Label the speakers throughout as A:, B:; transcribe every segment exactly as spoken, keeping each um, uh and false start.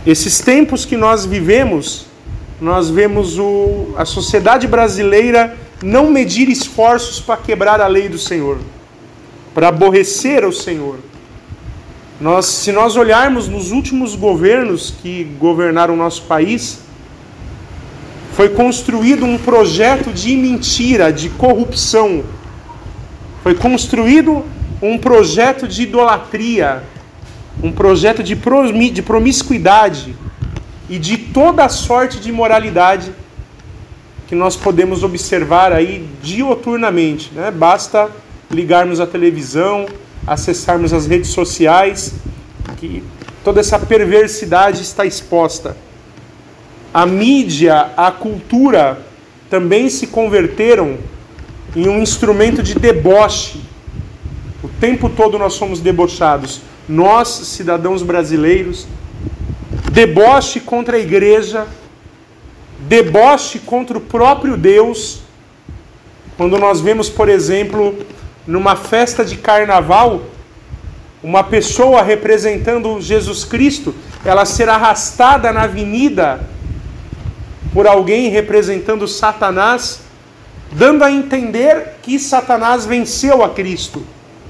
A: Esses tempos que nós vivemos, nós vemos o, a sociedade brasileira não medir esforços para quebrar a lei do Senhor, para aborrecer o Senhor. Nós, se nós olharmos nos últimos governos que governaram o nosso país, foi construído um projeto de mentira, de corrupção. Foi construído um projeto de idolatria, um projeto de promiscuidade e de toda a sorte de imoralidade que nós podemos observar aí dioturnamente, né? Basta ligarmos a televisão, acessarmos as redes sociais, que toda essa perversidade está exposta. A mídia, a cultura também se converteram em um instrumento de deboche. O tempo todo nós somos debochados. Nós, cidadãos brasileiros, deboche contra a igreja, deboche contra o próprio Deus. Quando nós vemos, por exemplo, numa festa de carnaval, uma pessoa representando Jesus Cristo, ela ser arrastada na avenida por alguém representando Satanás, dando a entender que Satanás venceu a Cristo.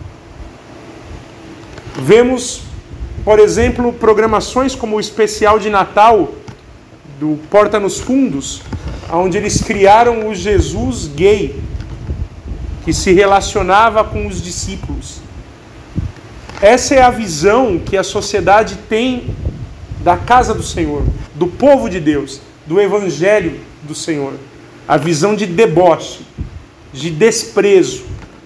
A: Vemos, por exemplo, programações como o especial de Natal do Porta nos Fundos, onde eles criaram o Jesus gay, que se relacionava com os discípulos. Essa é a visão que a sociedade tem da casa do Senhor, do povo de Deus, do evangelho do Senhor. A visão de deboche, de desprezo.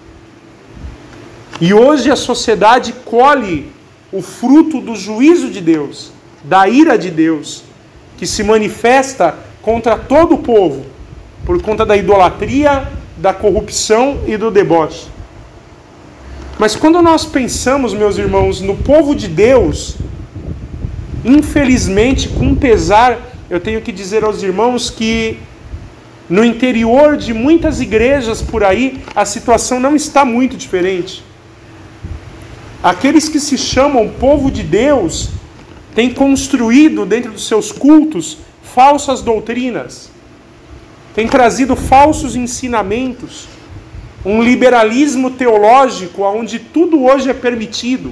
A: E hoje a sociedade colhe o fruto do juízo de Deus, da ira de Deus, que se manifesta contra todo o povo, por conta da idolatria, da corrupção e do deboche. Mas quando nós pensamos, meus irmãos, no povo de Deus, infelizmente, com pesar, eu tenho que dizer aos irmãos que no interior de muitas igrejas por aí, a situação não está muito diferente. Aqueles que se chamam povo de Deus têm construído dentro dos seus cultos falsas doutrinas, têm trazido falsos ensinamentos, um liberalismo teológico onde tudo hoje é permitido.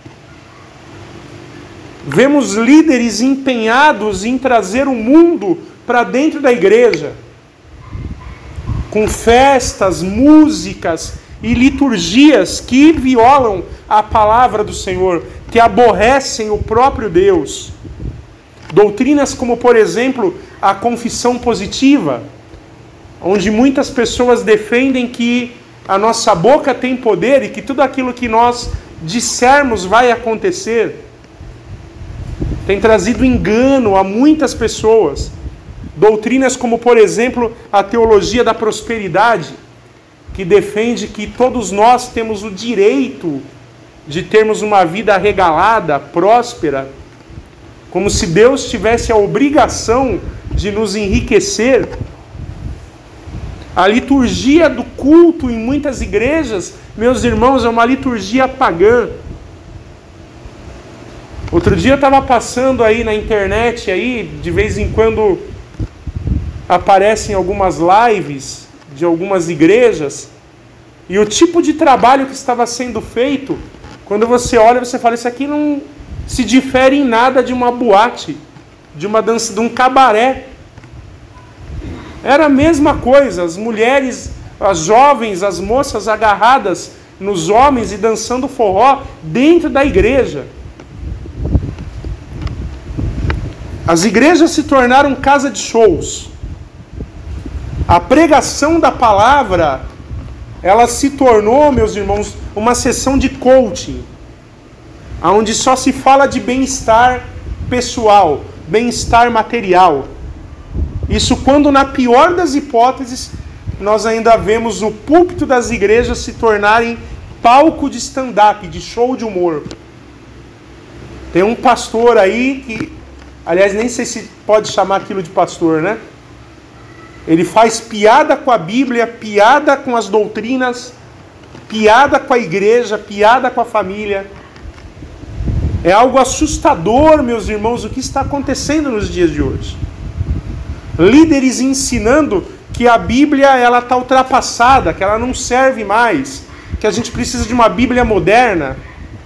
A: Vemos líderes empenhados em trazer o mundo para dentro da igreja, com festas, músicas e liturgias que violam a palavra do Senhor, que aborrecem o próprio Deus. Doutrinas como, por exemplo, a confissão positiva, onde muitas pessoas defendem que a nossa boca tem poder e que tudo aquilo que nós dissermos vai acontecer. Tem trazido engano a muitas pessoas. Doutrinas como, por exemplo, a teologia da prosperidade, que defende que todos nós temos o direito de termos uma vida regalada, próspera, como se Deus tivesse a obrigação de nos enriquecer. A liturgia do culto em muitas igrejas, meus irmãos, é uma liturgia pagã. Outro dia eu estava passando aí na internet, aí, de vez em quando aparecem algumas lives de algumas igrejas, e o tipo de trabalho que estava sendo feito, quando você olha, você fala, isso aqui não se difere em nada de uma boate, de uma dança, de um cabaré. Era a mesma coisa, as mulheres, as jovens, as moças agarradas nos homens e dançando forró dentro da igreja. As igrejas se tornaram casa de shows. A pregação da palavra, ela se tornou, meus irmãos, uma sessão de coaching, onde só se fala de bem-estar pessoal, bem-estar material. Isso quando, na pior das hipóteses, nós ainda vemos o púlpito das igrejas se tornarem palco de stand-up, de show de humor. Tem um pastor aí que, aliás, nem sei se pode chamar aquilo de pastor, né? Ele faz piada com a Bíblia, piada com as doutrinas, piada com a igreja, piada com a família. É algo assustador, meus irmãos, o que está acontecendo nos dias de hoje. Líderes ensinando que a Bíblia ela está ultrapassada, que ela não serve mais, que a gente precisa de uma Bíblia moderna.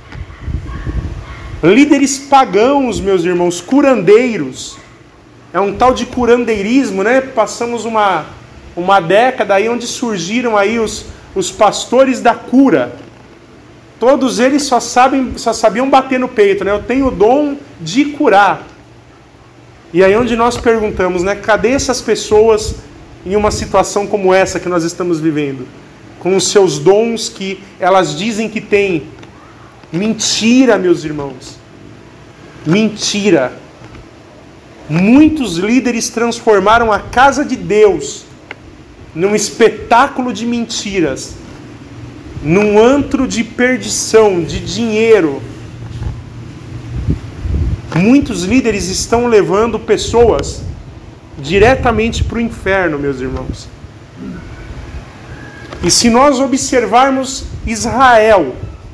A: Líderes pagãos, meus irmãos, curandeiros. É um tal de curandeirismo, né? Passamos uma, uma década aí onde surgiram aí os, os pastores da cura. Todos eles só, sabem, só sabiam bater no peito, né? Eu tenho o dom de curar. E aí onde nós perguntamos, né? Cadê essas pessoas em uma situação como essa que nós estamos vivendo? Com os seus dons que elas dizem que têm. Mentira, meus irmãos. Mentira. Muitos líderes transformaram a casa de Deus num espetáculo de mentiras, num antro de perdição, de dinheiro. Muitos líderes estão levando pessoas diretamente para o inferno, meus irmãos. E se nós observarmos Israel,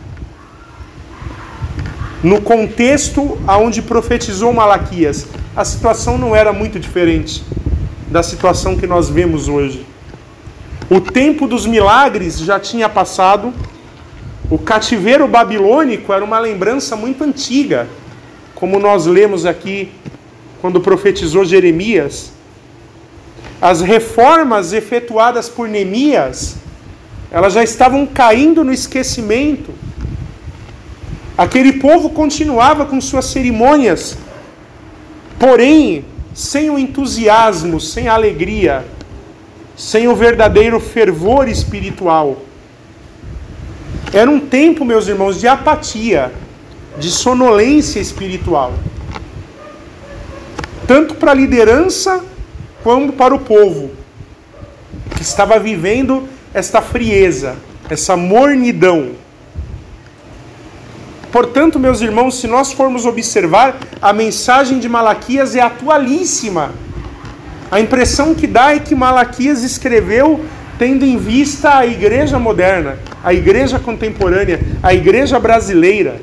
A: no contexto aonde profetizou Malaquias, a situação não era muito diferente da situação que nós vemos hoje. O tempo dos milagres já tinha passado. O cativeiro babilônico era uma lembrança muito antiga, como nós lemos aqui quando profetizou Jeremias. As reformas efetuadas por Neemias, elas já estavam caindo no esquecimento. Aquele povo continuava com suas cerimônias, porém, sem o entusiasmo, sem a alegria, sem o verdadeiro fervor espiritual. Era um tempo, meus irmãos, de apatia, de sonolência espiritual. Tanto para a liderança, como para o povo, que estava vivendo esta frieza, essa mornidão. Portanto, meus irmãos, se nós formos observar, a mensagem de Malaquias é atualíssima. A impressão que dá é que Malaquias escreveu tendo em vista a igreja moderna, a igreja contemporânea, a igreja brasileira.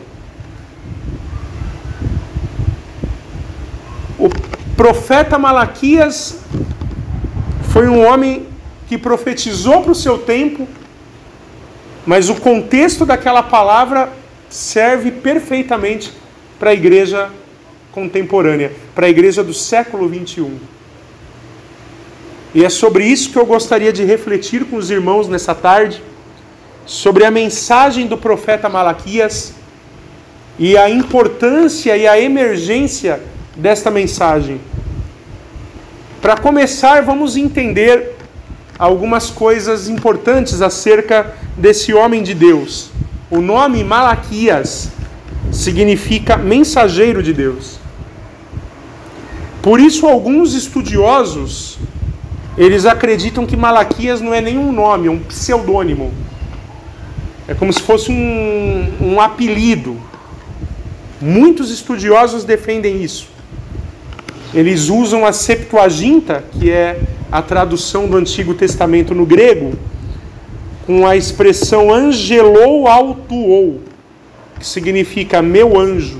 A: O profeta Malaquias foi um homem que profetizou para o seu tempo, mas o contexto daquela palavra serve perfeitamente para a igreja contemporânea, para a igreja do século vinte e um. E é sobre isso que eu gostaria de refletir com os irmãos nessa tarde, sobre a mensagem do profeta Malaquias e a importância e a emergência desta mensagem. Para começar, vamos entender algumas coisas importantes acerca desse homem de Deus. O nome Malaquias significa mensageiro de Deus. Por isso, alguns estudiosos, eles acreditam que Malaquias não é nenhum nome, é um pseudônimo. É como se fosse um, um apelido. Muitos estudiosos defendem isso. Eles usam a Septuaginta, que é a tradução do Antigo Testamento no grego, com a expressão angelou autuou, que significa meu anjo.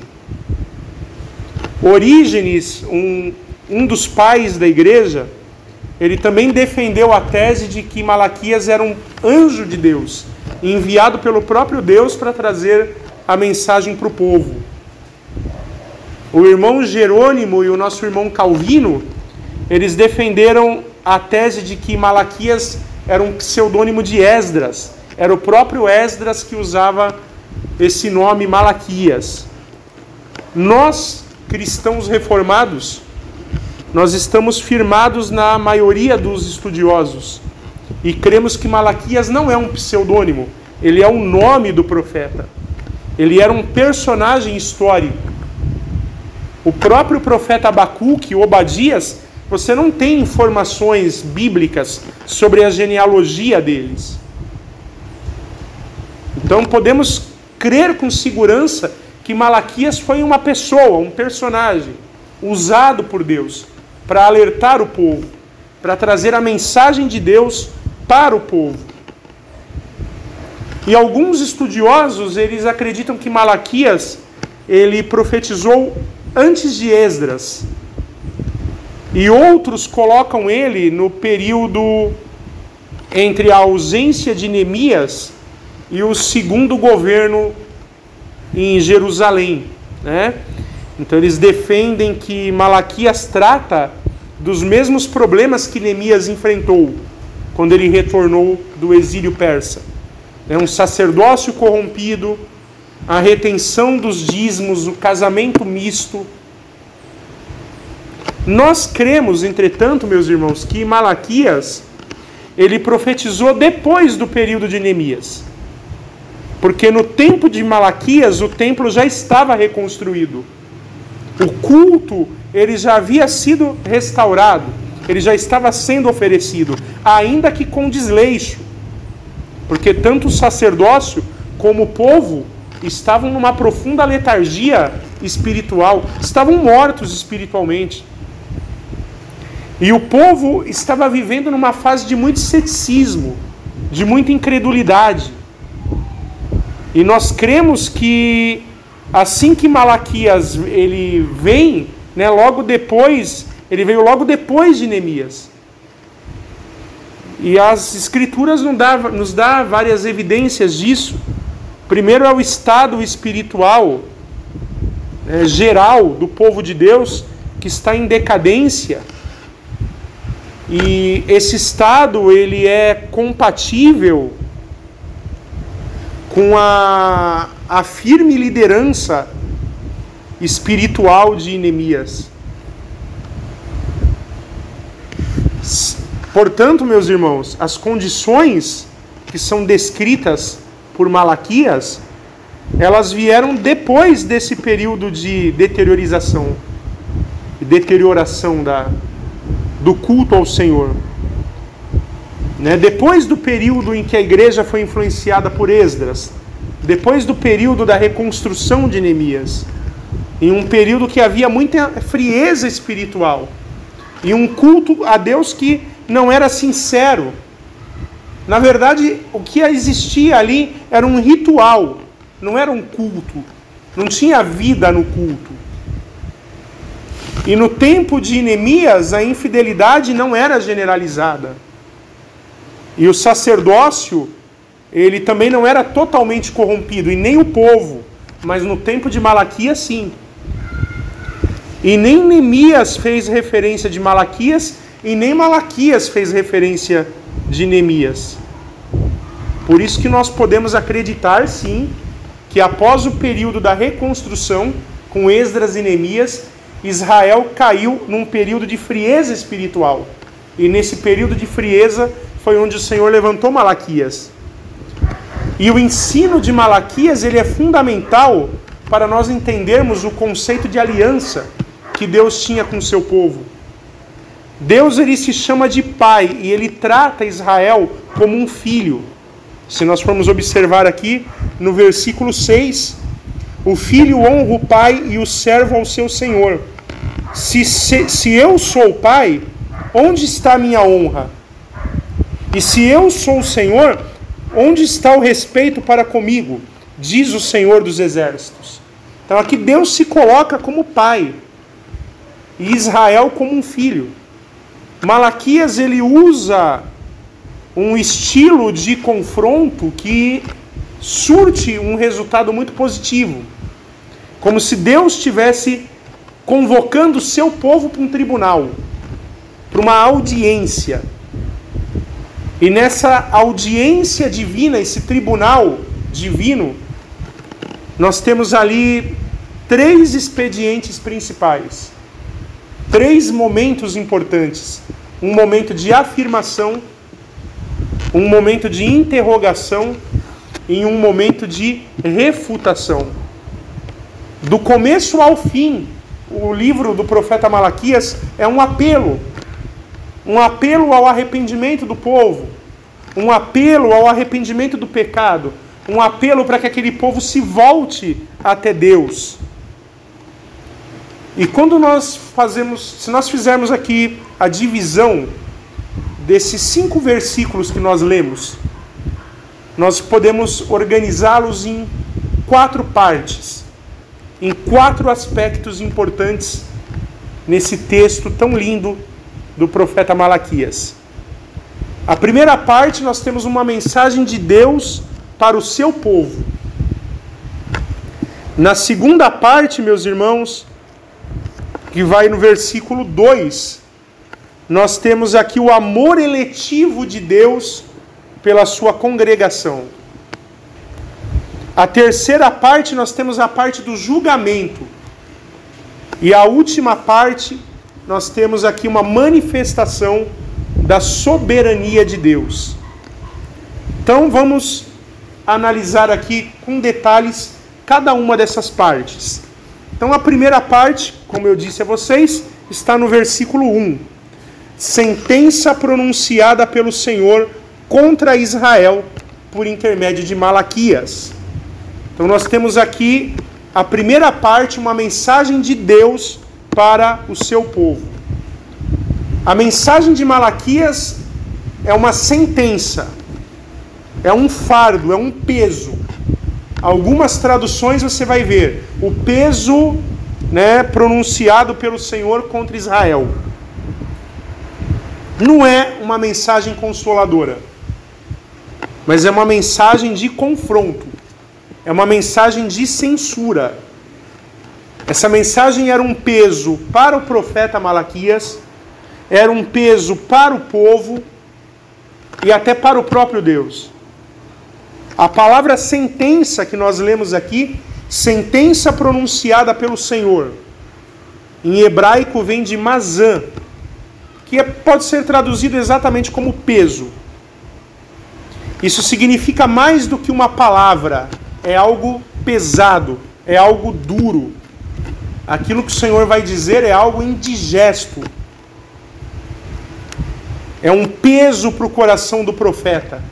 A: Orígenes, um, um dos pais da igreja, ele também defendeu a tese de que Malaquias era um anjo de Deus, enviado pelo próprio Deus para trazer a mensagem para o povo. O irmão Jerônimo e o nosso irmão Calvino, eles defenderam a tese de que Malaquias era um pseudônimo de Esdras. Era o próprio Esdras que usava esse nome Malaquias. Nós, cristãos reformados, nós estamos firmados na maioria dos estudiosos e cremos que Malaquias não é um pseudônimo, ele é o nome do profeta. Ele era um personagem histórico. O próprio profeta Abacuque, Obadias, você não tem informações bíblicas sobre a genealogia deles. Então podemos crer com segurança que Malaquias foi uma pessoa, um personagem, usado por Deus para alertar o povo, para trazer a mensagem de Deus para o povo. E alguns estudiosos, eles acreditam que Malaquias, ele profetizou antes de Esdras. E outros colocam ele no período entre a ausência de Neemias e o segundo governo em Jerusalém, né? Então eles defendem que Malaquias trata dos mesmos problemas que Neemias enfrentou quando ele retornou do exílio persa. É um sacerdócio corrompido, a retenção dos dízimos, o casamento misto. Nós cremos, entretanto, meus irmãos, que Malaquias, ele profetizou depois do período de Neemias. Porque no tempo de Malaquias, o templo já estava reconstruído. O culto, ele já havia sido restaurado. Ele já estava sendo oferecido, ainda que com desleixo. Porque tanto o sacerdócio como o povo estavam numa profunda letargia espiritual. Estavam mortos espiritualmente. E o povo estava vivendo numa fase de muito ceticismo, de muita incredulidade. E nós cremos que assim que Malaquias ele vem, né, logo depois, ele veio logo depois de Neemias. E as escrituras nos dá, nos dá várias evidências disso. Primeiro é o estado espiritual é, geral do povo de Deus, que está em decadência. E esse estado ele é compatível com a, a firme liderança espiritual de Neemias. Portanto, meus irmãos, as condições que são descritas por Malaquias, elas vieram depois desse período de deteriorização, deterioração da, do culto ao Senhor. Né? Depois do período em que a igreja foi influenciada por Esdras, depois do período da reconstrução de Neemias, em um período que havia muita frieza espiritual, e um culto a Deus que não era sincero. Na verdade, o que existia ali era um ritual, não era um culto, não tinha vida no culto. E no tempo de Neemias, a infidelidade não era generalizada. E o sacerdócio, ele também não era totalmente corrompido, e nem o povo, mas no tempo de Malaquias, sim. E nem Neemias fez referência de Malaquias, e nem Malaquias fez referência de Neemias. Por isso que nós podemos acreditar, sim, que após o período da reconstrução, com Esdras e Neemias, Israel caiu num período de frieza espiritual. E nesse período de frieza foi onde o Senhor levantou Malaquias. E o ensino de Malaquias, ele é fundamental para nós entendermos o conceito de aliança que Deus tinha com o seu povo. Deus, ele se chama de pai e ele trata Israel como um filho. Se nós formos observar aqui no versículo seis, o filho honra o pai e o servo ao seu senhor. Se, se, se eu sou o pai, onde está a minha honra? E se eu sou o Senhor, onde está o respeito para comigo? Diz o Senhor dos Exércitos. Então aqui Deus se coloca como pai e Israel como um filho. Malaquias, ele usa um estilo de confronto que surte um resultado muito positivo. Como se Deus estivesse convocando o seu povo para um tribunal, para uma audiência. E nessa audiência divina, esse tribunal divino, nós temos ali três expedientes principais. Três momentos importantes. Um momento de afirmação, um momento de interrogação e um momento de refutação. Do começo ao fim, o livro do profeta Malaquias é um apelo. Um apelo ao arrependimento do povo. Um apelo ao arrependimento do pecado. Um apelo para que aquele povo se volte até Deus. E quando nós fazemos, se nós fizermos aqui a divisão desses cinco versículos que nós lemos, nós podemos organizá-los em quatro partes. em quatro aspectos importantes nesse texto tão lindo do profeta Malaquias. A primeira parte, nós temos uma mensagem de Deus para o seu povo. Na segunda parte, meus irmãos, que vai no versículo dois, nós temos aqui o amor eletivo de Deus pela sua congregação. A terceira parte, nós temos a parte do julgamento. E a última parte, nós temos aqui uma manifestação da soberania de Deus. Então vamos analisar aqui com detalhes cada uma dessas partes. Então a primeira parte, como eu disse a vocês, está no versículo um. Sentença pronunciada pelo Senhor contra Israel por intermédio de Malaquias. Então nós temos aqui a primeira parte, uma mensagem de Deus para o seu povo. A mensagem de Malaquias é uma sentença, é um fardo, é um peso. Algumas traduções você vai ver o peso, né, pronunciado pelo Senhor contra Israel. Não é uma mensagem consoladora, mas é uma mensagem de confronto, é uma mensagem de censura. Essa mensagem era um peso para o profeta Malaquias, era um peso para o povo e até para o próprio Deus. A palavra sentença que nós lemos aqui, sentença pronunciada pelo Senhor, em hebraico vem de mazã, que pode ser traduzido exatamente como peso. Isso significa mais do que uma palavra, é algo pesado, é algo duro. Aquilo que o Senhor vai dizer é algo indigesto. É um peso para o coração do profeta.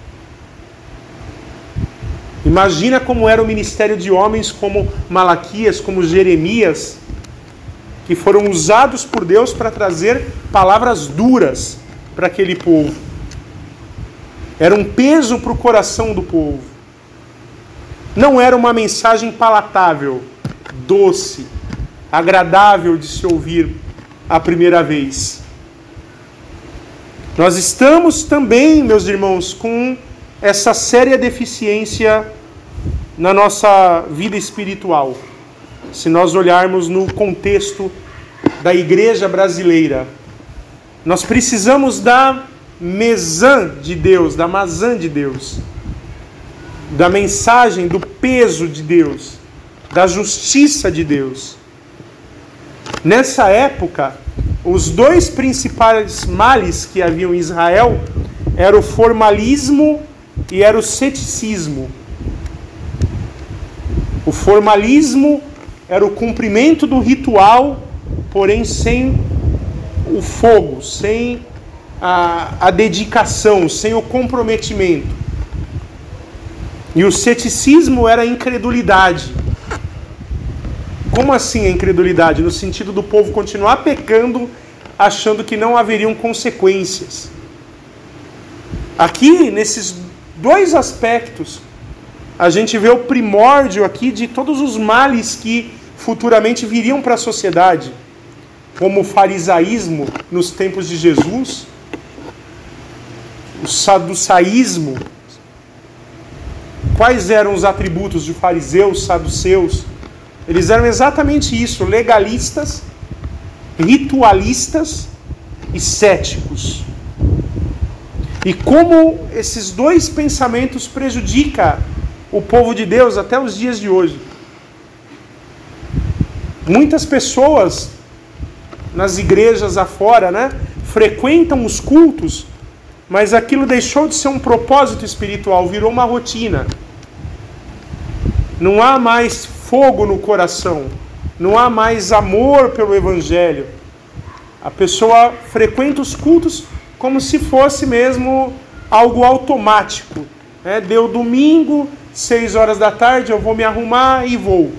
A: Imagina como era o ministério de homens como Malaquias, como Jeremias, que foram usados por Deus para trazer palavras duras para aquele povo. Era um peso para o coração do povo. Não era uma mensagem palatável, doce, agradável de se ouvir a primeira vez. Nós estamos também, meus irmãos, com essa séria deficiência na nossa vida espiritual. Se nós olharmos no contexto da igreja brasileira, nós precisamos da mezã de Deus, da mazã de Deus, da mensagem, do peso de Deus, da justiça de Deus. Nessa época, os dois principais males que haviam em Israel era o formalismo e era o ceticismo. O formalismo era o cumprimento do ritual, porém sem o fogo, sem a, a dedicação, sem o comprometimento. E o ceticismo era a incredulidade. Como assim a incredulidade? No sentido do povo continuar pecando, achando que não haveriam consequências. Aqui, nesses dois aspectos, a gente vê o primórdio aqui de todos os males que futuramente viriam para a sociedade, como o farisaísmo nos tempos de Jesus, o saducaísmo. Quais eram os atributos de fariseus, saduceus? Eles eram exatamente isso, legalistas, ritualistas e céticos. E como esses dois pensamentos prejudicam o povo de Deus até os dias de hoje. Muitas pessoas nas igrejas afora, né, frequentam os cultos, mas aquilo deixou de ser um propósito espiritual, virou uma rotina. Não há mais fogo no coração, não há mais amor pelo Evangelho. A pessoa frequenta os cultos como se fosse mesmo algo automático. É, deu domingo, seis horas da tarde, eu vou me arrumar e vou.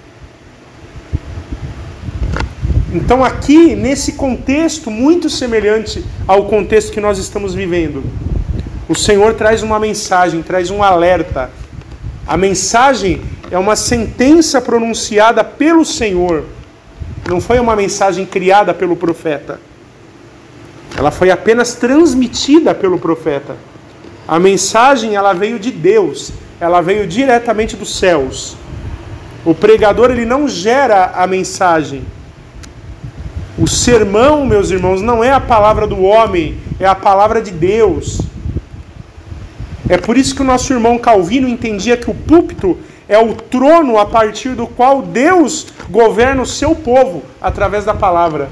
A: Então aqui, nesse contexto muito semelhante ao contexto que nós estamos vivendo, o Senhor traz uma mensagem, traz um alerta. A mensagem é uma sentença pronunciada pelo Senhor. Não foi uma mensagem criada pelo profeta. Ela foi apenas transmitida pelo profeta. A mensagem, ela veio de Deus. Ela veio diretamente dos céus. O pregador, ele não gera a mensagem. O sermão, meus irmãos, não é a palavra do homem, é a palavra de Deus. É por isso que o nosso irmão Calvino entendia que o púlpito é o trono a partir do qual Deus governa o seu povo através da palavra.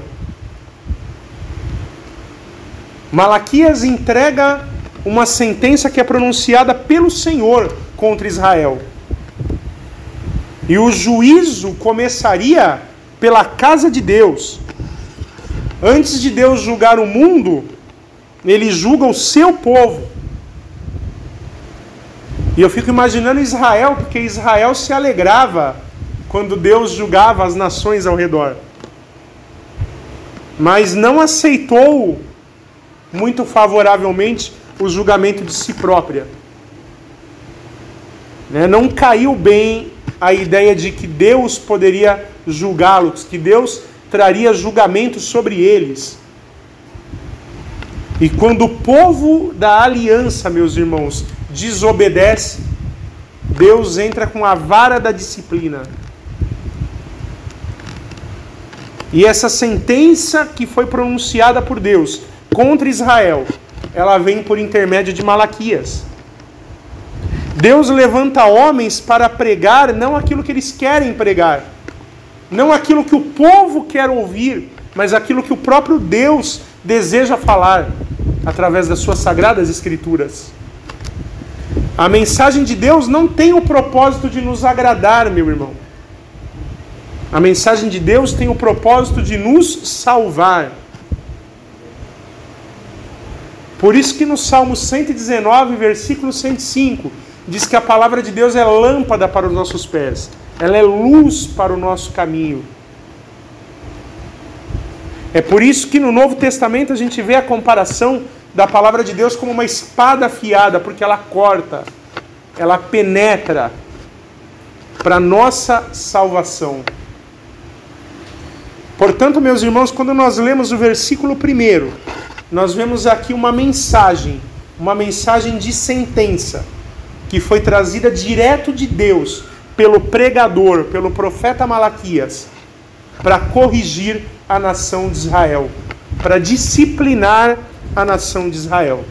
A: Malaquias entrega uma sentença que é pronunciada pelo Senhor contra Israel. E o juízo começaria pela casa de Deus. Antes de Deus julgar o mundo, ele julga o seu povo. E eu fico imaginando Israel, porque Israel se alegrava quando Deus julgava as nações ao redor. Mas não aceitou muito favoravelmente o julgamento de si própria. Né? Não caiu bem a ideia de que Deus poderia julgá-los, que Deus traria julgamento sobre eles. E quando o povo da aliança, meus irmãos, desobedece, Deus entra com a vara da disciplina. E essa sentença que foi pronunciada por Deus contra Israel, ela vem por intermédio de Malaquias. Deus levanta homens para pregar não aquilo que eles querem pregar, não aquilo que o povo quer ouvir, mas aquilo que o próprio Deus deseja falar através das suas sagradas escrituras. A mensagem de Deus não tem o propósito de nos agradar, meu irmão. A mensagem de Deus tem o propósito de nos salvar. Por isso que no Salmo cento e dezenove, versículo cento e cinco, diz que a palavra de Deus é lâmpada para os nossos pés. Ela é luz para o nosso caminho. É por isso que no Novo Testamento a gente vê a comparação da palavra de Deus como uma espada afiada, porque ela corta, ela penetra para a nossa salvação. Portanto, meus irmãos, quando nós lemos o versículo primeiro, nós vemos aqui uma mensagem, uma mensagem de sentença, que foi trazida direto de Deus, pelo pregador, pelo profeta Malaquias, para corrigir a nação de Israel, para disciplinar a nação de Israel.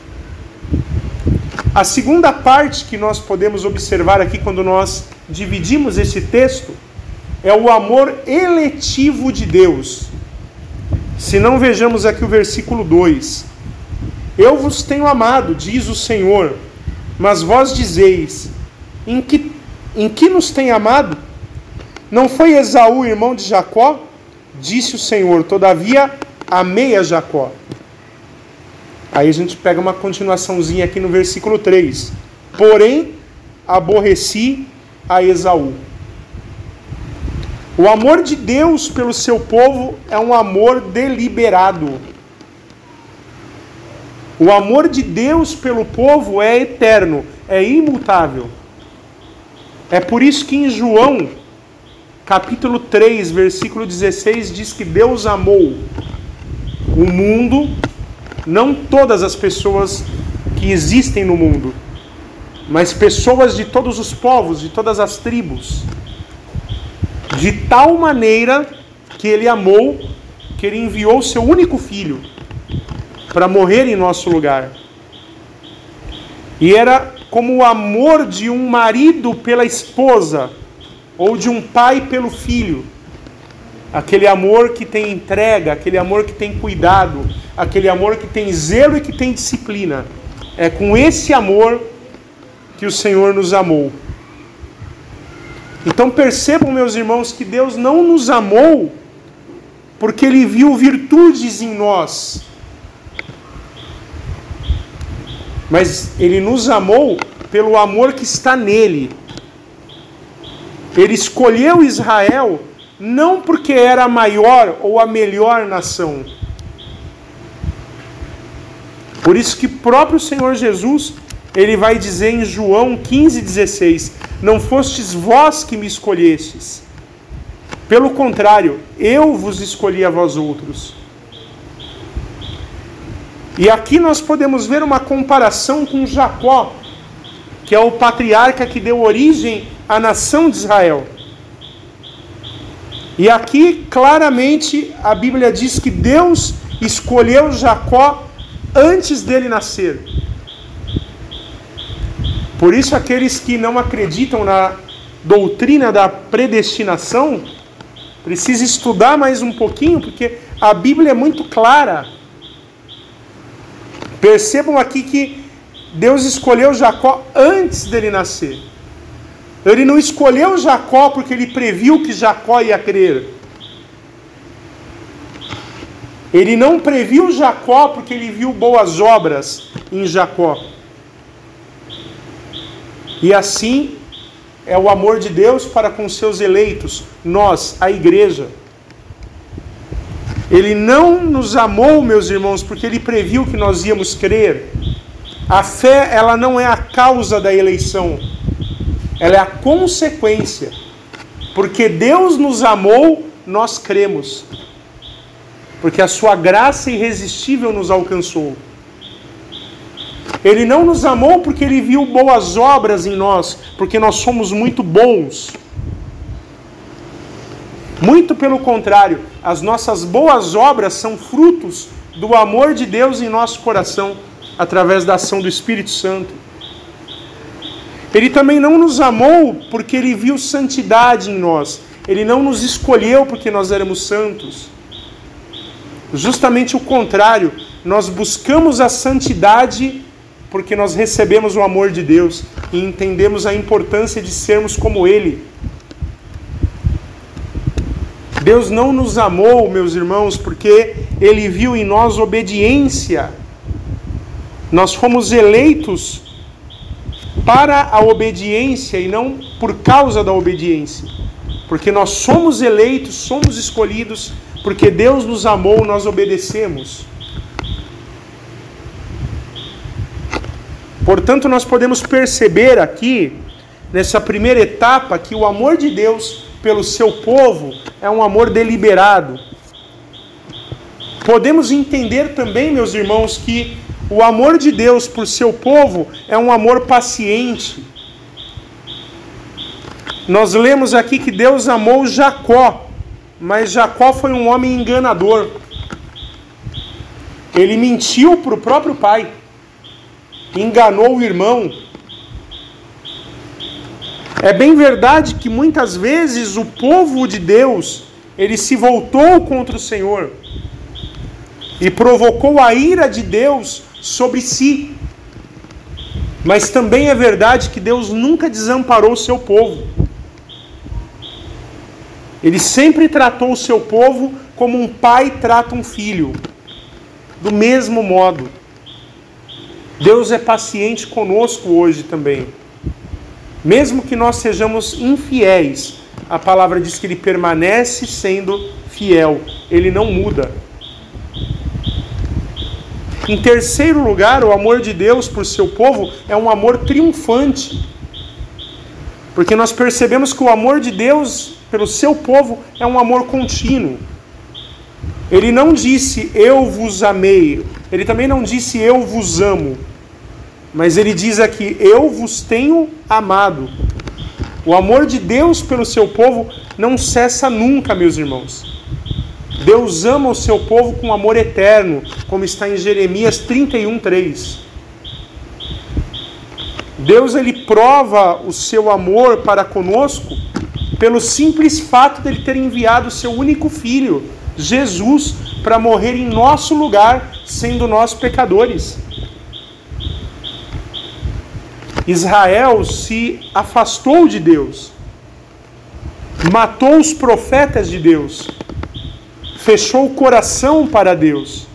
A: A segunda parte que nós podemos observar aqui quando nós dividimos esse texto é o amor eletivo de Deus. Se não, vejamos aqui o versículo dois. Eu vos tenho amado, diz o Senhor, mas vós dizeis, em que, em que nos tem amado? Não foi Esaú, irmão de Jacó? Disse o Senhor, todavia amei a Jacó. Aí a gente pega uma continuaçãozinha aqui no versículo três. Porém, aborreci a Esaú. O amor de Deus pelo seu povo é um amor deliberado. O amor de Deus pelo povo é eterno, é imutável. É por isso que em João, capítulo três, versículo dezesseis, diz que Deus amou o mundo, não todas as pessoas que existem no mundo, mas pessoas de todos os povos, de todas as tribos, de tal maneira que ele amou, que ele enviou seu único filho para morrer em nosso lugar. E era como o amor de um marido pela esposa, ou de um pai pelo filho. Aquele amor que tem entrega, aquele amor que tem cuidado, aquele amor que tem zelo e que tem disciplina. É com esse amor que o Senhor nos amou. Então percebam, meus irmãos, que Deus não nos amou porque Ele viu virtudes em nós, mas Ele nos amou pelo amor que está nele. Ele escolheu Israel não porque era a maior ou a melhor nação. Por isso que próprio Senhor Jesus, Ele vai dizer em João quinze, dezesseis, não fostes vós que me escolhestes. Pelo contrário, eu vos escolhi a vós outros. E aqui nós podemos ver uma comparação com Jacó, que é o patriarca que deu origem à nação de Israel. E aqui, claramente, a Bíblia diz que Deus escolheu Jacó antes dele nascer. Por isso, aqueles que não acreditam na doutrina da predestinação, precisam estudar mais um pouquinho, porque a Bíblia é muito clara. Percebam aqui que Deus escolheu Jacó antes dele nascer. Ele não escolheu Jacó porque ele previu que Jacó ia crer. Ele não previu Jacó porque ele viu boas obras em Jacó. E assim é o amor de Deus para com seus eleitos, nós, a igreja. Ele não nos amou, meus irmãos, porque ele previu que nós íamos crer. A fé, ela não é a causa da eleição. Ela é a consequência. Porque Deus nos amou, nós cremos. Porque a sua graça irresistível nos alcançou. Ele não nos amou porque ele viu boas obras em nós, porque nós somos muito bons. Muito pelo contrário, as nossas boas obras são frutos do amor de Deus em nosso coração, através da ação do Espírito Santo. Ele também não nos amou porque ele viu santidade em nós. Ele não nos escolheu porque nós éramos santos. Justamente o contrário, nós buscamos a santidade porque nós recebemos o amor de Deus e entendemos a importância de sermos como Ele. Deus não nos amou, meus irmãos, porque Ele viu em nós obediência. Nós fomos eleitos para a obediência e não por causa da obediência. Porque nós somos eleitos, somos escolhidos, porque Deus nos amou, nós obedecemos. Portanto, nós podemos perceber aqui, nessa primeira etapa, que o amor de Deus pelo seu povo é um amor deliberado. Podemos entender também, meus irmãos, que o amor de Deus por seu povo é um amor paciente. Nós lemos aqui que Deus amou Jacó, mas Jacó foi um homem enganador. Ele mentiu para o próprio pai. Enganou o irmão. É bem verdade que muitas vezes o povo de Deus, ele se voltou contra o Senhor e provocou a ira de Deus sobre si. Mas também é verdade que Deus nunca desamparou o seu povo. Ele sempre tratou o seu povo como um pai trata um filho. Do mesmo modo. Deus é paciente conosco hoje também. Mesmo que nós sejamos infiéis, a palavra diz que Ele permanece sendo fiel. Ele não muda. Em terceiro lugar, o amor de Deus por seu povo é um amor triunfante. Porque nós percebemos que o amor de Deus pelo seu povo é um amor contínuo. Ele não disse, eu vos amei. Ele também não disse, eu vos amo. Mas ele diz aqui, eu vos tenho amado. O amor de Deus pelo seu povo não cessa nunca, meus irmãos. Deus ama o seu povo com amor eterno, como está em Jeremias trinta e um, três. Deus, ele prova o seu amor para conosco pelo simples fato de ele ter enviado o seu único filho, Jesus, para morrer em nosso lugar, sendo nós pecadores. Israel se afastou de Deus, matou os profetas de Deus, fechou o coração para Deus.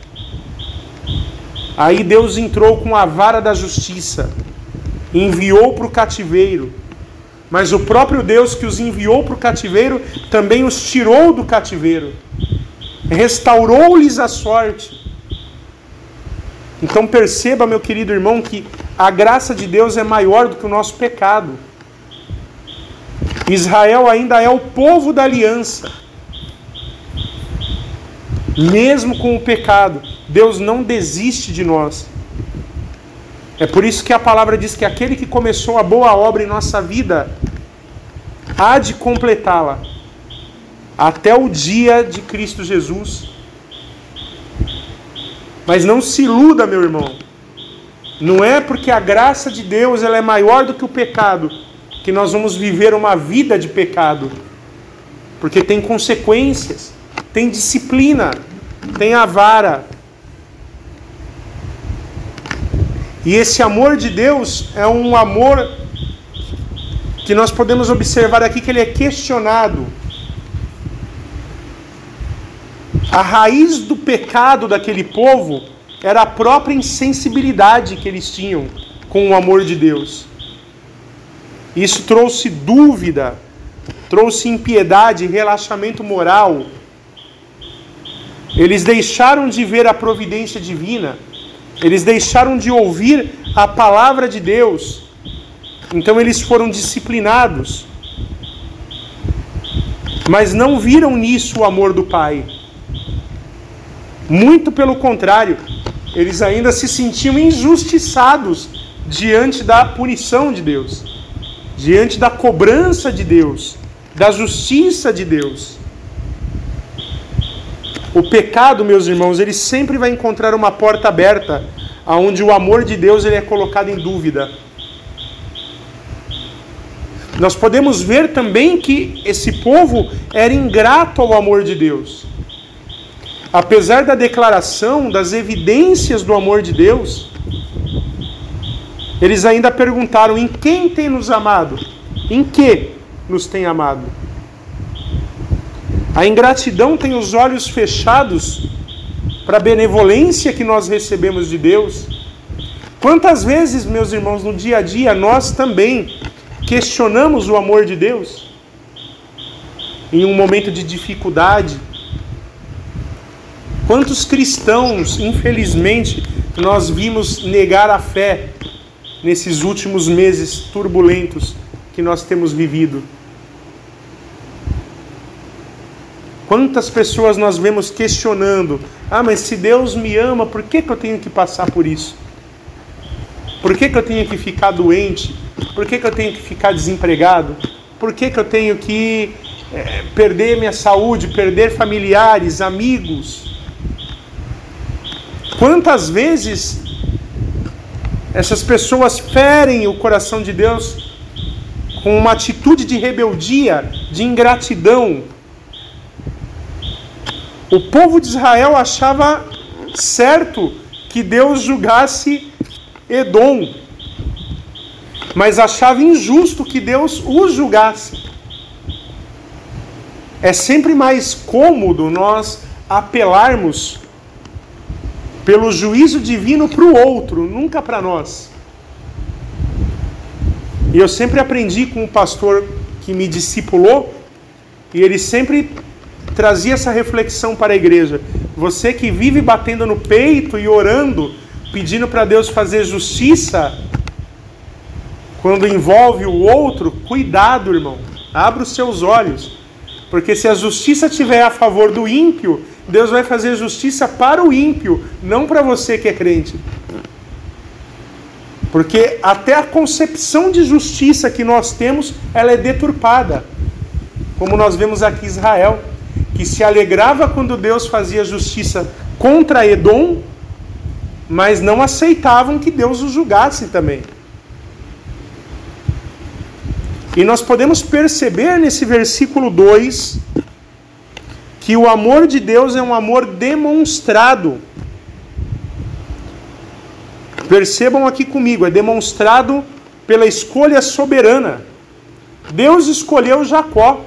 A: Aí Deus entrou com a vara da justiça, enviou para o cativeiro, mas o próprio Deus que os enviou para o cativeiro também os tirou do cativeiro, restaurou-lhes a sorte. Então perceba, meu querido irmão, que a graça de Deus é maior do que o nosso pecado. Israel ainda é o povo da aliança. Mesmo com o pecado, Deus não desiste de nós. É por isso que a palavra diz que aquele que começou a boa obra em nossa vida há de completá-la até o dia de Cristo Jesus. Mas não se iluda, meu irmão. Não é porque a graça de Deus ela é maior do que o pecado que nós vamos viver uma vida de pecado. Porque tem consequências, tem disciplina, tem a vara. E esse amor de Deus é um amor que nós podemos observar aqui que ele é questionado. A raiz do pecado daquele povo era a própria insensibilidade que eles tinham com o amor de Deus. Isso trouxe dúvida, trouxe impiedade, relaxamento moral. Eles deixaram de ver a providência divina. Eles deixaram de ouvir a palavra de Deus. Então eles foram disciplinados. Mas não viram nisso o amor do Pai. Muito pelo contrário, eles ainda se sentiam injustiçados diante da punição de Deus, diante da cobrança de Deus, da justiça de Deus. O pecado, meus irmãos, ele sempre vai encontrar uma porta aberta, onde o amor de Deus ele é colocado em dúvida. Nós podemos ver também que esse povo era ingrato ao amor de Deus. Apesar da declaração, das evidências do amor de Deus, eles ainda perguntaram: em quem tem nos amado? Em que nos tem amado? A ingratidão tem os olhos fechados para a benevolência que nós recebemos de Deus. Quantas vezes, meus irmãos, no dia a dia, nós também questionamos o amor de Deus? Em um momento de dificuldade. Quantos cristãos, infelizmente, nós vimos negar a fé nesses últimos meses turbulentos que nós temos vivido? Quantas pessoas nós vemos questionando: ah, mas se Deus me ama, por que, que eu tenho que passar por isso? Por que, que eu tenho que ficar doente? Por que, que eu tenho que ficar desempregado? Por que, que eu tenho que é, perder minha saúde, perder familiares, amigos? Quantas vezes essas pessoas ferem o coração de Deus com uma atitude de rebeldia, de ingratidão? O povo de Israel achava certo que Deus julgasse Edom, mas achava injusto que Deus os julgasse. É sempre mais cômodo nós apelarmos pelo juízo divino para o outro, nunca para nós. E eu sempre aprendi com um pastor que me discipulou, e ele sempre trazia essa reflexão para a igreja: você que vive batendo no peito e orando, pedindo para Deus fazer justiça, quando envolve o outro, cuidado, irmão, abra os seus olhos, porque se a justiça estiver a favor do ímpio, Deus vai fazer justiça para o ímpio, não para você que é crente. Porque até a concepção de justiça que nós temos, ela é deturpada, como nós vemos aqui em Israel, que se alegrava quando Deus fazia justiça contra Edom, mas não aceitavam que Deus os julgasse também. E nós podemos perceber nesse versículo dois que o amor de Deus é um amor demonstrado. Percebam aqui comigo, é demonstrado pela escolha soberana. Deus escolheu Jacó.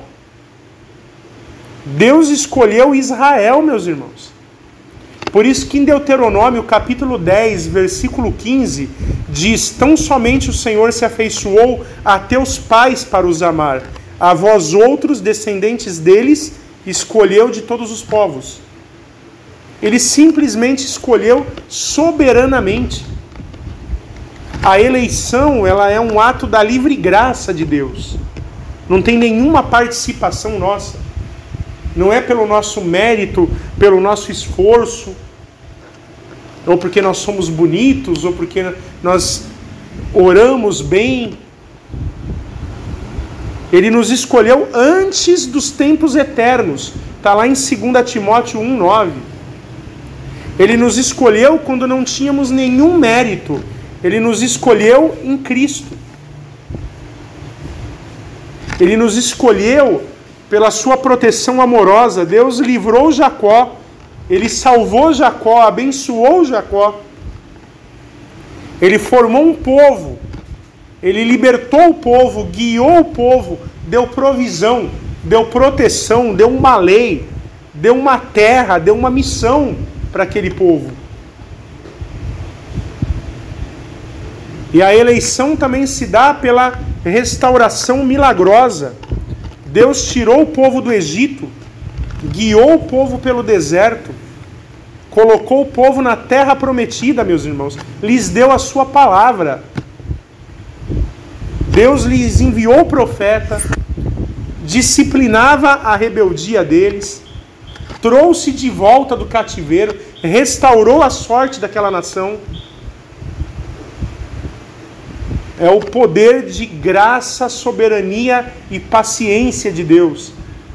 A: Deus escolheu Israel, meus irmãos. Por isso que em Deuteronômio, capítulo dez, versículo quinze, diz: tão somente o Senhor se afeiçoou a teus pais para os amar, a vós outros, descendentes deles, escolheu de todos os povos. Ele simplesmente escolheu soberanamente. A eleição, ela é um ato da livre graça de Deus. Não tem nenhuma participação nossa. Não é pelo nosso mérito, pelo nosso esforço, ou porque nós somos bonitos, ou porque nós oramos bem. Ele nos escolheu antes dos tempos eternos. Está lá em dois Timóteo um, nove. Ele nos escolheu quando não tínhamos nenhum mérito. Ele nos escolheu em Cristo. Ele nos escolheu pela sua proteção amorosa. Deus livrou Jacó. Ele salvou Jacó, abençoou Jacó. Ele formou um povo. Ele libertou o povo, guiou o povo, deu provisão, deu proteção, deu uma lei, deu uma terra, deu uma missão para aquele povo. E a eleição também se dá pela restauração milagrosa. Deus tirou o povo do Egito, guiou o povo pelo deserto, colocou o povo na terra prometida, meus irmãos, lhes deu a sua palavra. Deus lhes enviou o profeta, disciplinava a rebeldia deles, trouxe de volta do cativeiro, restaurou a sorte daquela nação. É o poder de graça, soberania e paciência de Deus.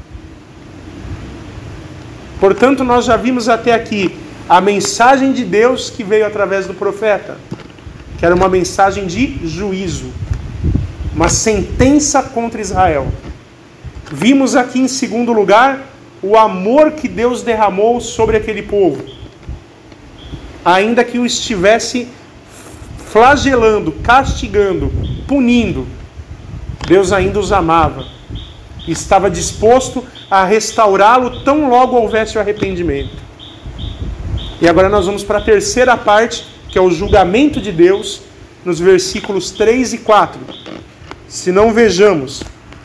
A: Portanto, nós já vimos até aqui a mensagem de Deus que veio através do profeta, que era uma mensagem de juízo, uma sentença contra Israel. Vimos aqui em segundo lugar o amor que Deus derramou sobre aquele povo, ainda que o estivesse flagelando, castigando, punindo. Deus ainda os amava, estava disposto a restaurá-lo tão logo houvesse o arrependimento. E agora nós vamos para a terceira parte, que é o julgamento de Deus, nos versículos três e quatro. Se não vejamos: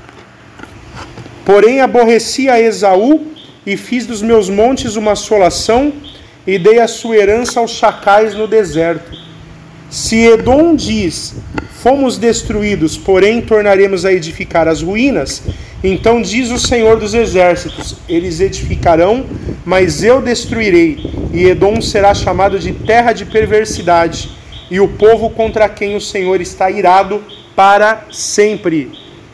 A: porém aborreci a Esaú e fiz dos meus montes uma assolação e dei a sua herança aos chacais no deserto. Se Edom diz: fomos destruídos, porém tornaremos a edificar as ruínas, então diz o Senhor dos Exércitos: eles edificarão, mas eu destruirei, e Edom será chamado de terra de perversidade, e o povo contra quem o Senhor está irado para sempre.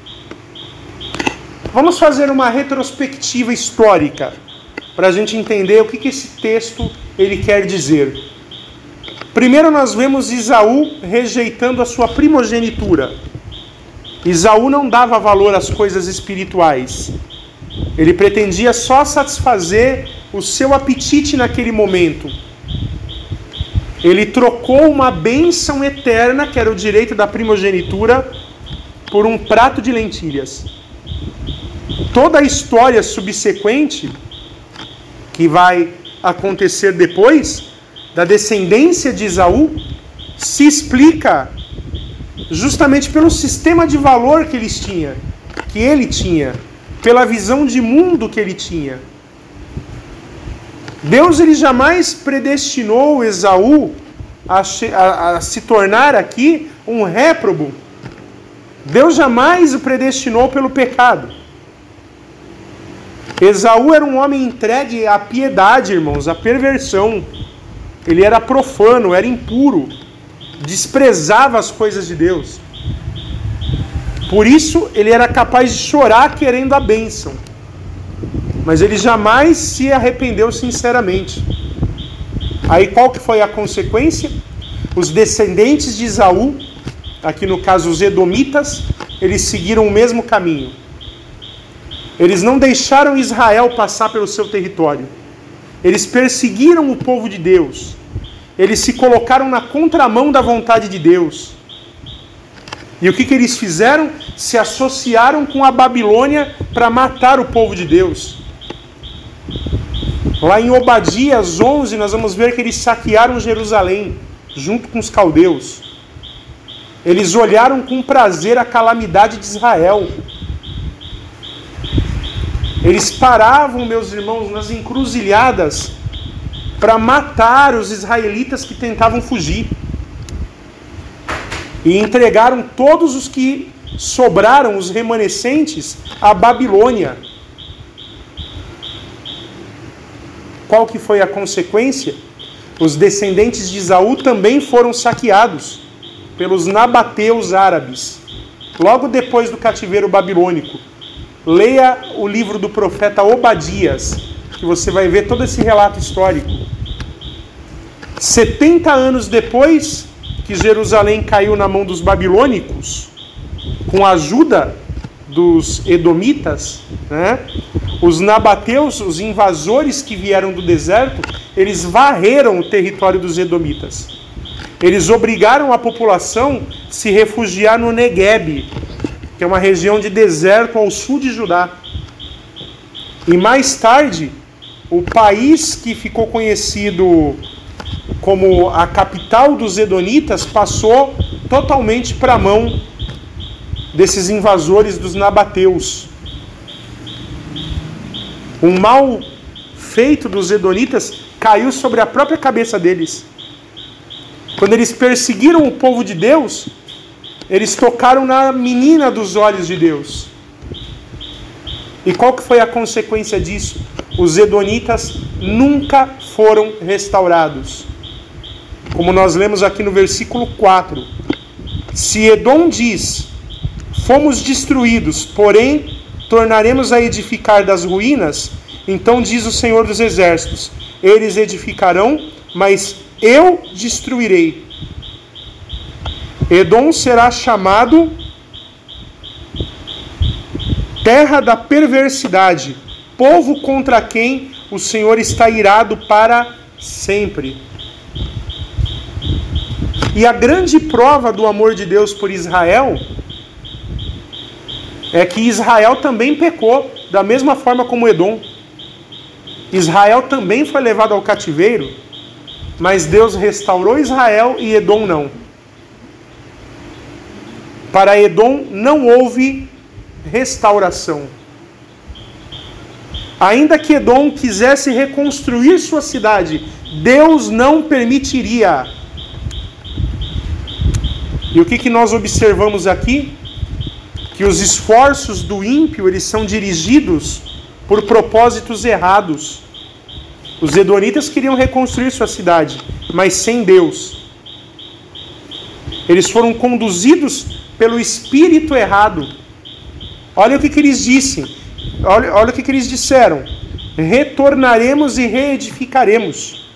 A: Vamos fazer uma retrospectiva histórica, para a gente entender o que, que esse texto ele quer dizer. Primeiro nós vemos Esaú rejeitando a sua primogenitura. Esaú não dava valor às coisas espirituais. Ele pretendia só satisfazer o seu apetite naquele momento. Ele trocou uma bênção eterna, que era o direito da primogenitura, por um prato de lentilhas. Toda a história subsequente, que vai acontecer depois, da descendência de Esaú, se explica justamente pelo sistema de valor que eles tinham, que ele tinha, pela visão de mundo que ele tinha. Deus ele jamais predestinou Esaú a, a, a se tornar aqui um réprobo. Deus jamais o predestinou pelo pecado. Esaú era um homem entregue à piedade, irmãos, à perversão. Ele era profano, era impuro, desprezava as coisas de Deus. Por isso, ele era capaz de chorar querendo a bênção. Mas ele jamais se arrependeu sinceramente. Aí qual que foi a consequência? Os descendentes de Esaú, aqui no caso os edomitas, eles seguiram o mesmo caminho. Eles não deixaram Israel passar pelo seu território. Eles perseguiram o povo de Deus. Eles se colocaram na contramão da vontade de Deus. E o que, que eles fizeram? Se associaram com a Babilônia para matar o povo de Deus. Lá em Obadias onze, nós vamos ver que eles saquearam Jerusalém, junto com os caldeus. Eles olharam com prazer a calamidade de Israel. Eles paravam, meus irmãos, nas encruzilhadas para matar os israelitas que tentavam fugir. E entregaram todos os que sobraram os remanescentes à Babilônia. Qual que foi a consequência? Os descendentes de Esaú também foram saqueados pelos nabateus árabes, logo depois do cativeiro babilônico. Leia o livro do profeta Obadias, que você vai ver todo esse relato histórico. setenta anos depois que Jerusalém caiu na mão dos babilônicos, com a ajuda dos edomitas, né? Os nabateus, os invasores que vieram do deserto, eles varreram o território dos edomitas. Eles obrigaram a população a se refugiar no Negueb, que é uma região de deserto ao sul de Judá. E mais tarde, o país que ficou conhecido como a capital dos edonitas passou totalmente para a mão desses invasores dos nabateus. Um mal feito dos edonitas caiu sobre a própria cabeça deles. Quando eles perseguiram o povo de Deus, eles tocaram na menina dos olhos de Deus. E qual que foi a consequência disso? Os edonitas nunca foram restaurados. Como nós lemos aqui no versículo quatro. Se Edom diz, fomos destruídos, porém tornaremos a edificar das ruínas, então diz o Senhor dos Exércitos, eles edificarão, mas eu destruirei. Edom será chamado terra da perversidade, povo contra quem o Senhor está irado para sempre. E a grande prova do amor de Deus por Israel é que Israel também pecou, da mesma forma como Edom. Israel também foi levado ao cativeiro, mas Deus restaurou Israel e Edom não. Para Edom não houve restauração. Ainda que Edom quisesse reconstruir sua cidade, Deus não permitiria. E o que, que nós observamos aqui? Que os esforços do ímpio, eles são dirigidos por propósitos errados. Os edonitas queriam reconstruir sua cidade, mas sem Deus. Eles foram conduzidos pelo espírito errado. Olha o que, que eles disseram. Olha, olha o que, que eles disseram. Retornaremos e reedificaremos.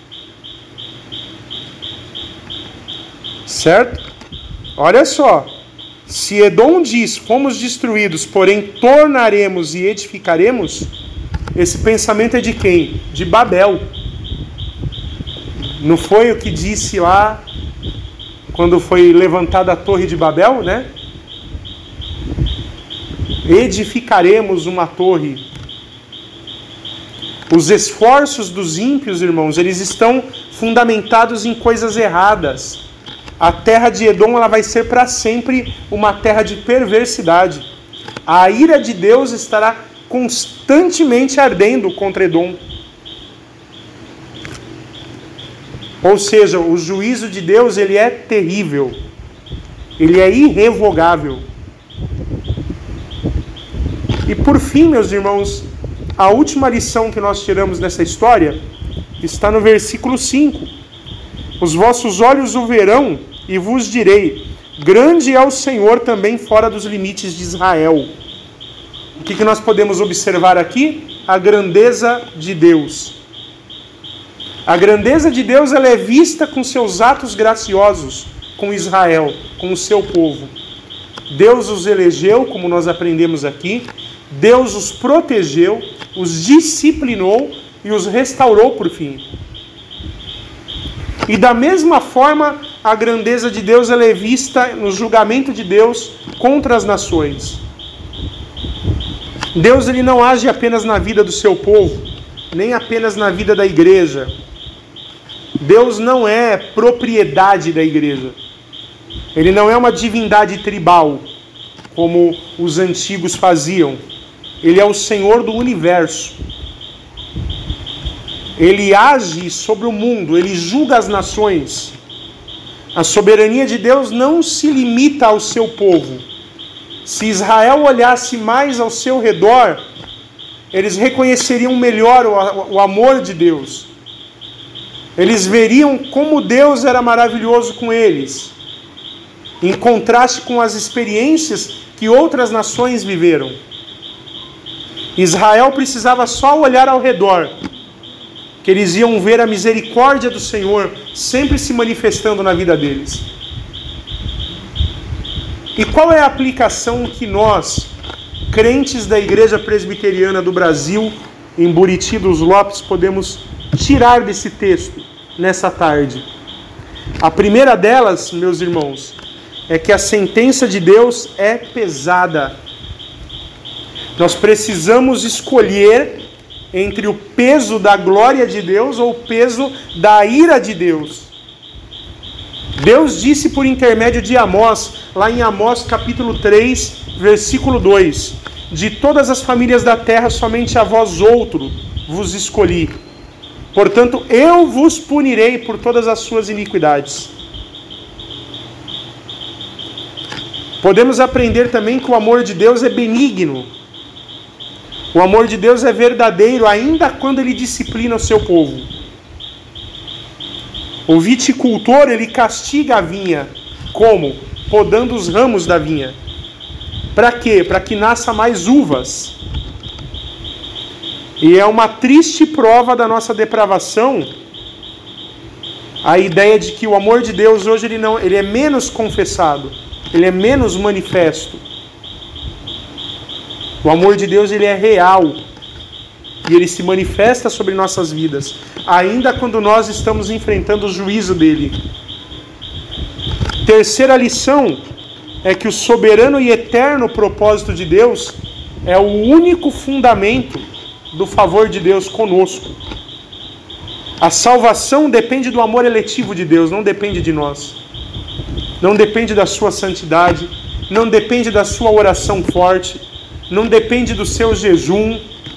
A: Certo? Olha só. Se Edom diz, fomos destruídos, porém tornaremos e edificaremos, esse pensamento é de quem? De Babel. Não foi o que disse lá, quando foi levantada a torre de Babel, né? Edificaremos uma torre. Os esforços dos ímpios, irmãos, eles estão fundamentados em coisas erradas. A terra de Edom, ela vai ser para sempre uma terra de perversidade. A ira de Deus estará constantemente ardendo contra Edom. Ou seja, o juízo de Deus, ele é terrível. Ele é irrevogável. E por fim, meus irmãos, a última lição que nós tiramos dessa história está no versículo cinco. Os vossos olhos o verão e vos direi, grande é o Senhor também fora dos limites de Israel. O que, que nós podemos observar aqui? A grandeza de Deus. A grandeza de Deus, ela é vista com seus atos graciosos com Israel, com o seu povo. Deus os elegeu, como nós aprendemos aqui. Deus os protegeu, os disciplinou e os restaurou por fim. E da mesma forma, a grandeza de Deus, ela é vista no julgamento de Deus contra as nações. Deus, ele não age apenas na vida do seu povo, nem apenas na vida da igreja. Deus não é propriedade da igreja. Ele não é uma divindade tribal, como os antigos faziam. Ele é o Senhor do universo. Ele age sobre o mundo, ele julga as nações. A soberania de Deus não se limita ao seu povo. Se Israel olhasse mais ao seu redor, eles reconheceriam melhor o, o amor de Deus. Eles veriam como Deus era maravilhoso com eles, em contraste com as experiências que outras nações viveram. Israel precisava só olhar ao redor, que eles iam ver a misericórdia do Senhor sempre se manifestando na vida deles. E qual é a aplicação que nós, crentes da Igreja Presbiteriana do Brasil, em Buriti dos Lopes, podemos tirar desse texto nessa tarde? A primeira delas, meus irmãos, é que a sentença de Deus é pesada. Nós precisamos escolher entre o peso da glória de Deus ou o peso da ira de Deus. Deus disse por intermédio de Amós, lá em Amós capítulo três, versículo dois: de todas as famílias da terra, somente a vós outro vos escolhi. Portanto, eu vos punirei por todas as suas iniquidades. Podemos aprender também que o amor de Deus é benigno. O amor de Deus é verdadeiro, ainda quando ele disciplina o seu povo. O viticultor, ele castiga a vinha. Como? Podando os ramos da vinha. Para quê? Para que nasça mais uvas. E é uma triste prova da nossa depravação a ideia de que o amor de Deus hoje ele, não, ele é menos confessado, ele é menos manifesto. O amor de Deus ele é real e ele se manifesta sobre nossas vidas, ainda quando nós estamos enfrentando o juízo dele. Terceira lição é que o soberano e eterno propósito de Deus é o único fundamento do favor de Deus conosco. A salvação depende do amor eletivo de Deus, não depende de nós. Não depende da sua santidade, não depende da sua oração forte, não depende do seu jejum.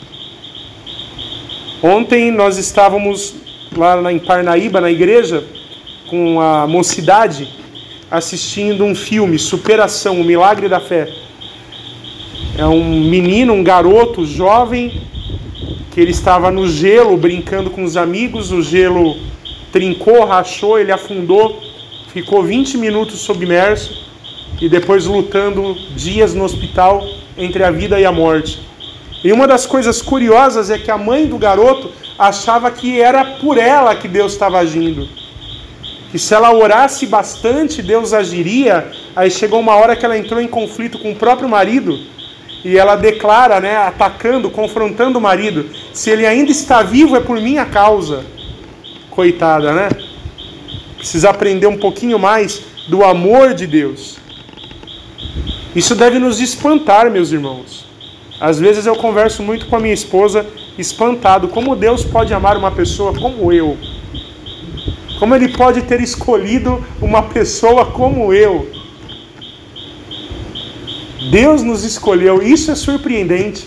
A: Ontem nós estávamos lá em Parnaíba, na igreja, com a mocidade, assistindo um filme, Superação, o Milagre da Fé. É um menino, um garoto jovem, que ele estava no gelo, brincando com os amigos, o gelo trincou, rachou, ele afundou, ficou vinte minutos submerso e depois lutando dias no hospital entre a vida e a morte. E uma das coisas curiosas é que a mãe do garoto achava que era por ela que Deus estava agindo. Que se ela orasse bastante, Deus agiria. Aí chegou uma hora que ela entrou em conflito com o próprio marido e ela declara, né, atacando, confrontando o marido: se ele ainda está vivo é por minha causa. Coitada, né? Precisa aprender um pouquinho mais do amor de Deus. Isso deve nos espantar, meus irmãos. Às vezes eu converso muito com a minha esposa, espantado. Como Deus pode amar uma pessoa como eu? Como Ele pode ter escolhido uma pessoa como eu? Deus nos escolheu. Isso é surpreendente.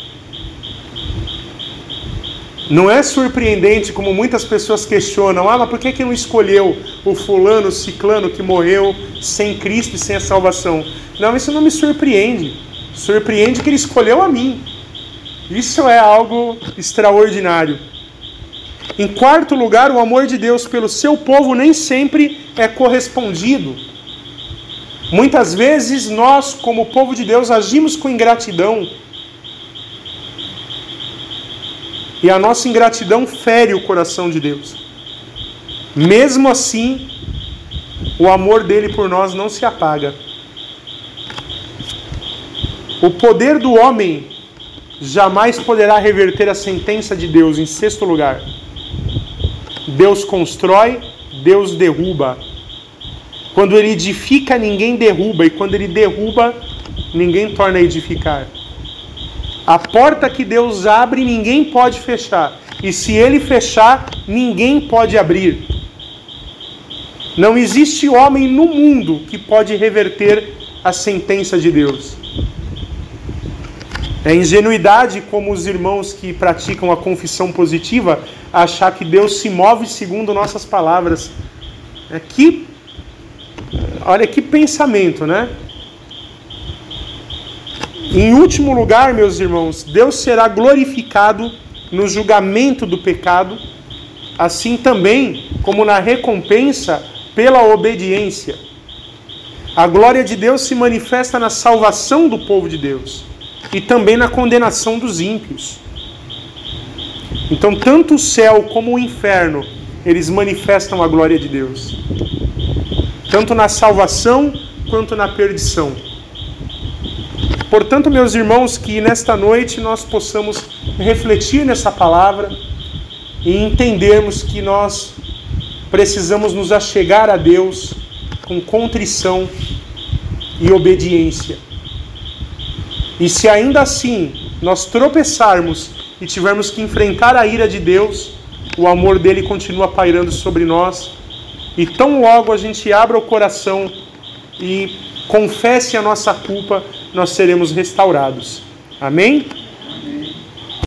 A: Não é surpreendente como muitas pessoas questionam: ah, mas por que que não escolheu o fulano, o ciclano que morreu sem Cristo e sem a salvação? Não, isso não me surpreende. Surpreende que ele escolheu a mim. Isso é algo extraordinário. Em quarto lugar, o amor de Deus pelo seu povo nem sempre é correspondido. Muitas vezes nós, como povo de Deus, agimos com ingratidão. E a nossa ingratidão fere o coração de Deus. Mesmo assim, o amor dele por nós não se apaga. O poder do homem jamais poderá reverter a sentença de Deus. Em sexto lugar, Deus constrói, Deus derruba. Quando ele edifica, ninguém derruba. E quando ele derruba, ninguém torna a edificar. A porta que Deus abre, ninguém pode fechar. E se ele fechar, ninguém pode abrir. Não existe homem no mundo que pode reverter a sentença de Deus. É ingenuidade, como os irmãos que praticam a confissão positiva, achar que Deus se move segundo nossas palavras. É que, olha que pensamento, né? Em último lugar, meus irmãos, Deus será glorificado no julgamento do pecado, assim também como na recompensa pela obediência. A glória de Deus se manifesta na salvação do povo de Deus e também na condenação dos ímpios. Então, tanto o céu como o inferno, eles manifestam a glória de Deus, tanto na salvação quanto na perdição. Portanto, meus irmãos, que nesta noite nós possamos refletir nessa palavra e entendermos que nós precisamos nos achegar a Deus com contrição e obediência. E se ainda assim nós tropeçarmos e tivermos que enfrentar a ira de Deus, o amor dele continua pairando sobre nós, e tão logo a gente abra o coração e confesse a nossa culpa, nós seremos restaurados. Amém?